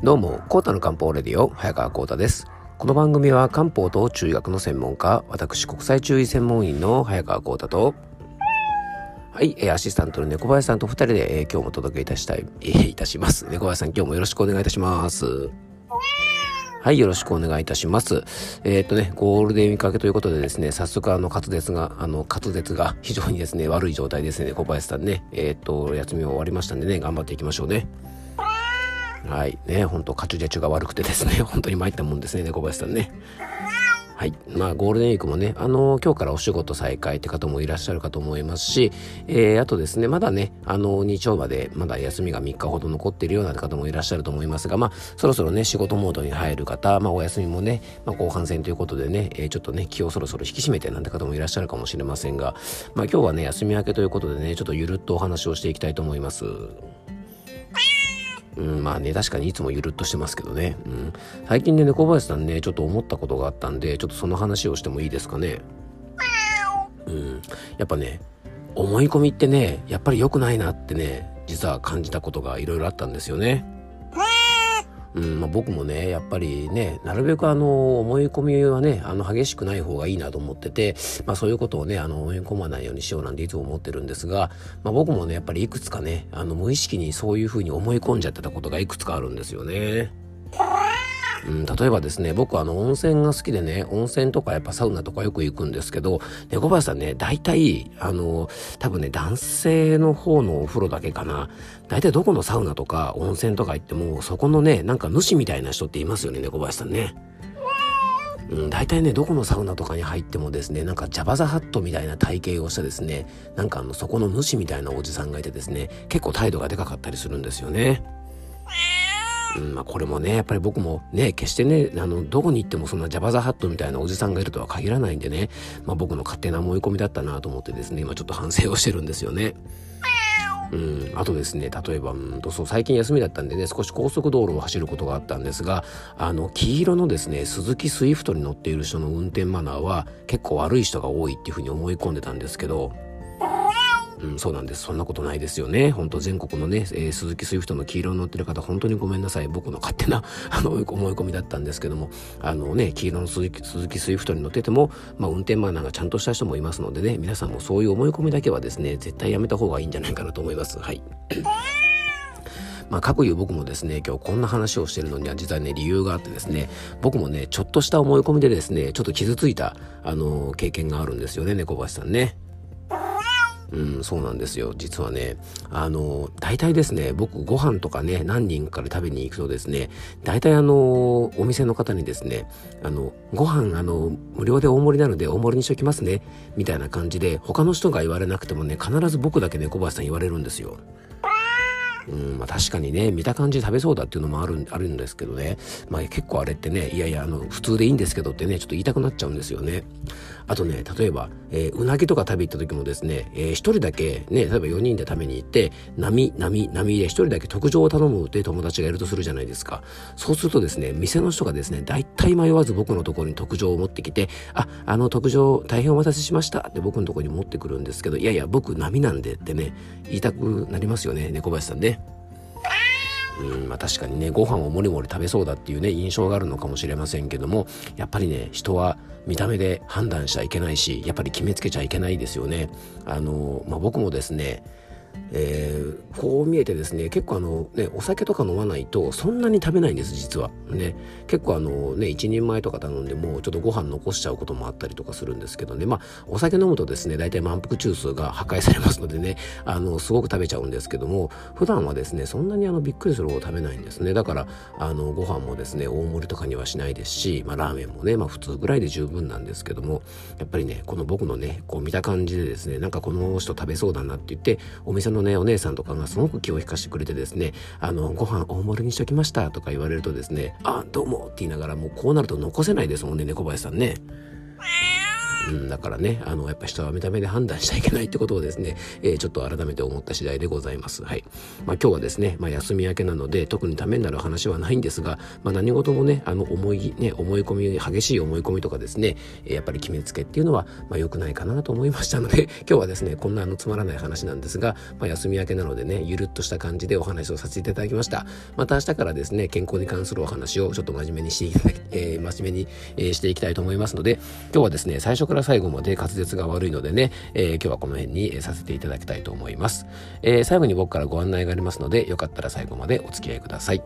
どうも、コータの漢方レディオ早川コータです。この番組は漢方と中医学の専門家、私国際中医専門員の早川コータとアシスタントの猫林さんと2人で、今日もお届けいたします。猫林さん、今日もよろしくお願いいたします。はい、よろしくお願いいたします。ゴールデンウィーク明けということでですね、早速滑舌が非常にですね、悪い状態ですね、小林さんね。休み終わりましたんでね、頑張っていきましょうね。はいね、本当滑舌が悪くてですね、本当に参ったもんですね、猫林さんね。はい、ゴールデンウィークもね、今日からお仕事再開って方もいらっしゃるかと思いますし、あとですね、まだね、日曜までまだ休みが3日ほど残っているような方もいらっしゃると思いますが、そろそろね、仕事モードに入る方、お休みもね、後半戦ということでね、ちょっとね、気をそろそろ引き締めてなんて方もいらっしゃるかもしれませんが、今日はね、休み明けということでね、ちょっとゆるっとお話をしていきたいと思います。確かにいつもゆるっとしてますけどね。最近ね、猫林さんね、ちょっと思ったことがあったんで、ちょっとその話をしてもいいですかね。やっぱね、思い込みってね、やっぱり良くないなってね、実は感じたことがいろいろあったんですよね。僕もね、やっぱりね、なるべく思い込みはね、激しくない方がいいなと思ってて、そういうことをね、思い込まないようにしようなんていつも思ってるんですが、僕もね、やっぱりいくつかね、無意識にそういう風に思い込んじゃってたことがいくつかあるんですよね。例えばですね、僕温泉が好きでね、温泉とかやっぱサウナとかよく行くんですけど、猫林さんね、大体多分ね、男性の方のお風呂だけかな、大体どこのサウナとか温泉とか行っても、そこのね、なんか主みたいな人っていますよね、猫林さんね。大体ね、どこのサウナとかに入ってもですね、なんかジャバザハットみたいな体型をしたですね、なんかそこの主みたいなおじさんがいてですね、結構態度がでかかったりするんですよね。これもね、やっぱり僕もね、決してね、どこに行ってもそんなジャバザハットみたいなおじさんがいるとは限らないんでね、僕の勝手な思い込みだったなと思ってですね、今ちょっと反省をしてるんですよね。あとですね、例えば最近休みだったんでね、少し高速道路を走ることがあったんですが、黄色のですね、スズキスイフトに乗っている人の運転マナーは結構悪い人が多いっていうふうに思い込んでたんですけど、そうなんです。そんなことないですよね。本当全国のね、鈴木スイフトの黄色に乗ってる方、本当にごめんなさい。僕の勝手な思い込みだったんですけども、黄色の鈴木スイフトに乗ってても、運転マナーがちゃんとした人もいますのでね、皆さんもそういう思い込みだけはですね、絶対やめた方がいいんじゃないかなと思います。はい。かくいう僕もですね、今日こんな話をしているのには実はね、理由があってですね、僕もね、ちょっとした思い込みでですね、ちょっと傷ついた経験があるんですよね、猫林さんね。そうなんですよ。実はね、大体ですね、僕ご飯とかね、何人かで食べに行くとですね、大体お店の方にですね、ご飯無料で大盛りなので大盛りにしときますね、みたいな感じで、他の人が言われなくてもね、必ず僕だけね、小林さん言われるんですよ。確かにね、見た感じ食べそうだっていうのもあるんですけどね、結構あれってね、いやいや普通でいいんですけどってね、ちょっと言いたくなっちゃうんですよね。あとね、例えば、うなぎとか食べ行った時もですね、一人だけね、例えば4人で食べに行って並で一人だけ特上を頼むって友達がいるとするじゃないですか。そうするとですね、店の人がですね、大体迷わず僕のところに特上を持ってきて、特上大変お待たせしましたって僕のところに持ってくるんですけど、いやいや僕並なんでってね、言いたくなりますよね、猫林さんね。確かにね、ご飯をもりもり食べそうだっていうね、印象があるのかもしれませんけども、やっぱりね、人は見た目で判断しちゃいけないし、やっぱり決めつけちゃいけないですよね。僕もですね、こう見えてですね、結構お酒とか飲まないとそんなに食べないんです、実はね。結構一人前とか頼んでもちょっとご飯残しちゃうこともあったりとかするんですけどね、お酒飲むとですね、大体満腹中枢が破壊されますのでね、すごく食べちゃうんですけども、普段はですね、そんなにびっくりするほど食べないんですね。だからご飯もですね、大盛りとかにはしないですし、ラーメンもね、普通ぐらいで十分なんですけども、やっぱりね、この僕のね、こう見た感じでですね、なんかこの人食べそうだなって言って、お店のね、お姉さんとかがすごく気を引かしてくれてですね、ご飯大盛りにしときましたとか言われるとですね、どうもって言いながら、もうこうなると残せないですもんね、猫林さんね。 だからね、やっぱ人は見た目で判断しちゃいけないってことをですね、ちょっと改めて思った次第でございます。はい。今日はですね、休み明けなので、特にためになる話はないんですが、何事もね、思い込み、激しい思い込みとかですね、やっぱり決めつけっていうのは、良くないかなと思いましたので、今日はですね、こんなつまらない話なんですが、休み明けなのでね、ゆるっとした感じでお話をさせていただきました。また明日からですね、健康に関するお話をちょっと真面目にしていきたいと思いますので、今日はですね、最初から最後まで滑舌が悪いのでね、今日はこの辺にさせていただきたいと思います。最後に僕からご案内がありますので、よかったら最後までお付き合いください。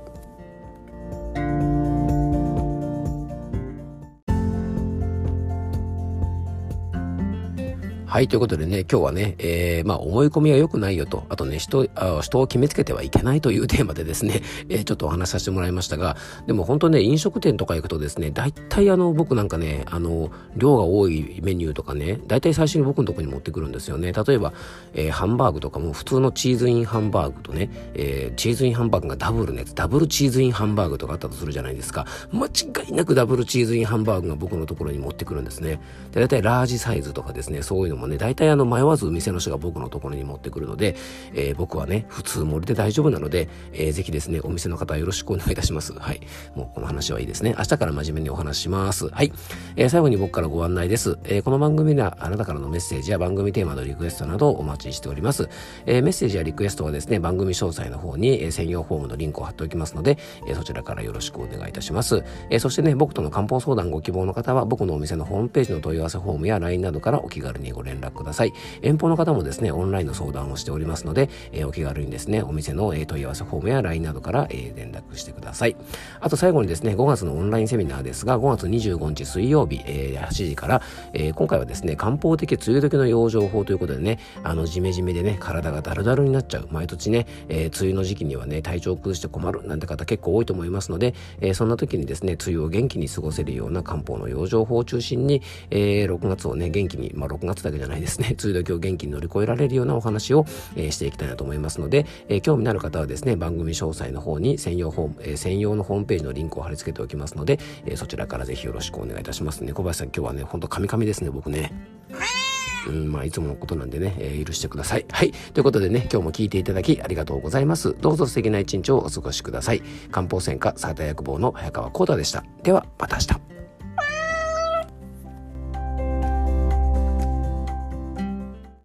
はい、ということでね、今日はね、思い込みは良くないよと、あとね、人を決めつけてはいけないというテーマでですね、ちょっとお話しさせてもらいましたが、でも本当ね、飲食店とか行くとですね、大体僕なんかね、量が多いメニューとかね、大体最初に僕のところに持ってくるんですよね。例えば、ハンバーグとかも普通のチーズインハンバーグとね、チーズインハンバーグがダブルのやつ、ダブルチーズインハンバーグとかあったとするじゃないですか。間違いなくダブルチーズインハンバーグが僕のところに持ってくるんですね。で、大体ラージサイズとかですね、そういうのもね、大体迷わず店の人が僕のところに持ってくるので、僕はね、普通盛りで大丈夫なので、ぜひですね、お店の方よろしくお願いいたします。はい。もうこの話はいいですね。明日から真面目にお話します。はい。最後に僕からご案内です。この番組ではあなたからのメッセージや番組テーマのリクエストなどをお待ちしております。メッセージやリクエストはですね、番組詳細の方に、専用フォームのリンクを貼っておきますので、そちらからよろしくお願いいたします。そしてね、僕との漢方相談ご希望の方は、僕のお店のホームページの問い合わせフォームや LINE などからお気軽にご連絡ください。遠方の方もですね、オンラインの相談をしておりますので、お気軽にですね、お店の、問い合わせフォームや LINE などから、連絡してください。あと最後にですね、5月のオンラインセミナーですが、5月25日水曜日、8時から、今回はですね、漢方的梅雨時の養生法ということでね、ジメジメでね、体がダルダルになっちゃう。毎年ね、梅雨の時期にはね、体調を崩して困るなんて方結構多いと思いますので、そんな時にですね、梅雨を元気に過ごせるような漢方の養生法を中心に、6月をね、元気に、6月だけじゃないですね、梅雨時を元気に乗り越えられるようなお話を、していきたいなと思いますので、興味のある方はですね、番組詳細の方に専用のホームページのリンクを貼り付けておきますので、そちらからぜひよろしくお願いいたしますね。小林さん、今日はね、ほんとカミカミですね、僕ね。いつものことなんでね、許してください。はい。ということでね、今日も聞いていただきありがとうございます。どうぞ素敵な一日をお過ごしください。漢方専科サーター薬房の早川浩太でした。では、また明日。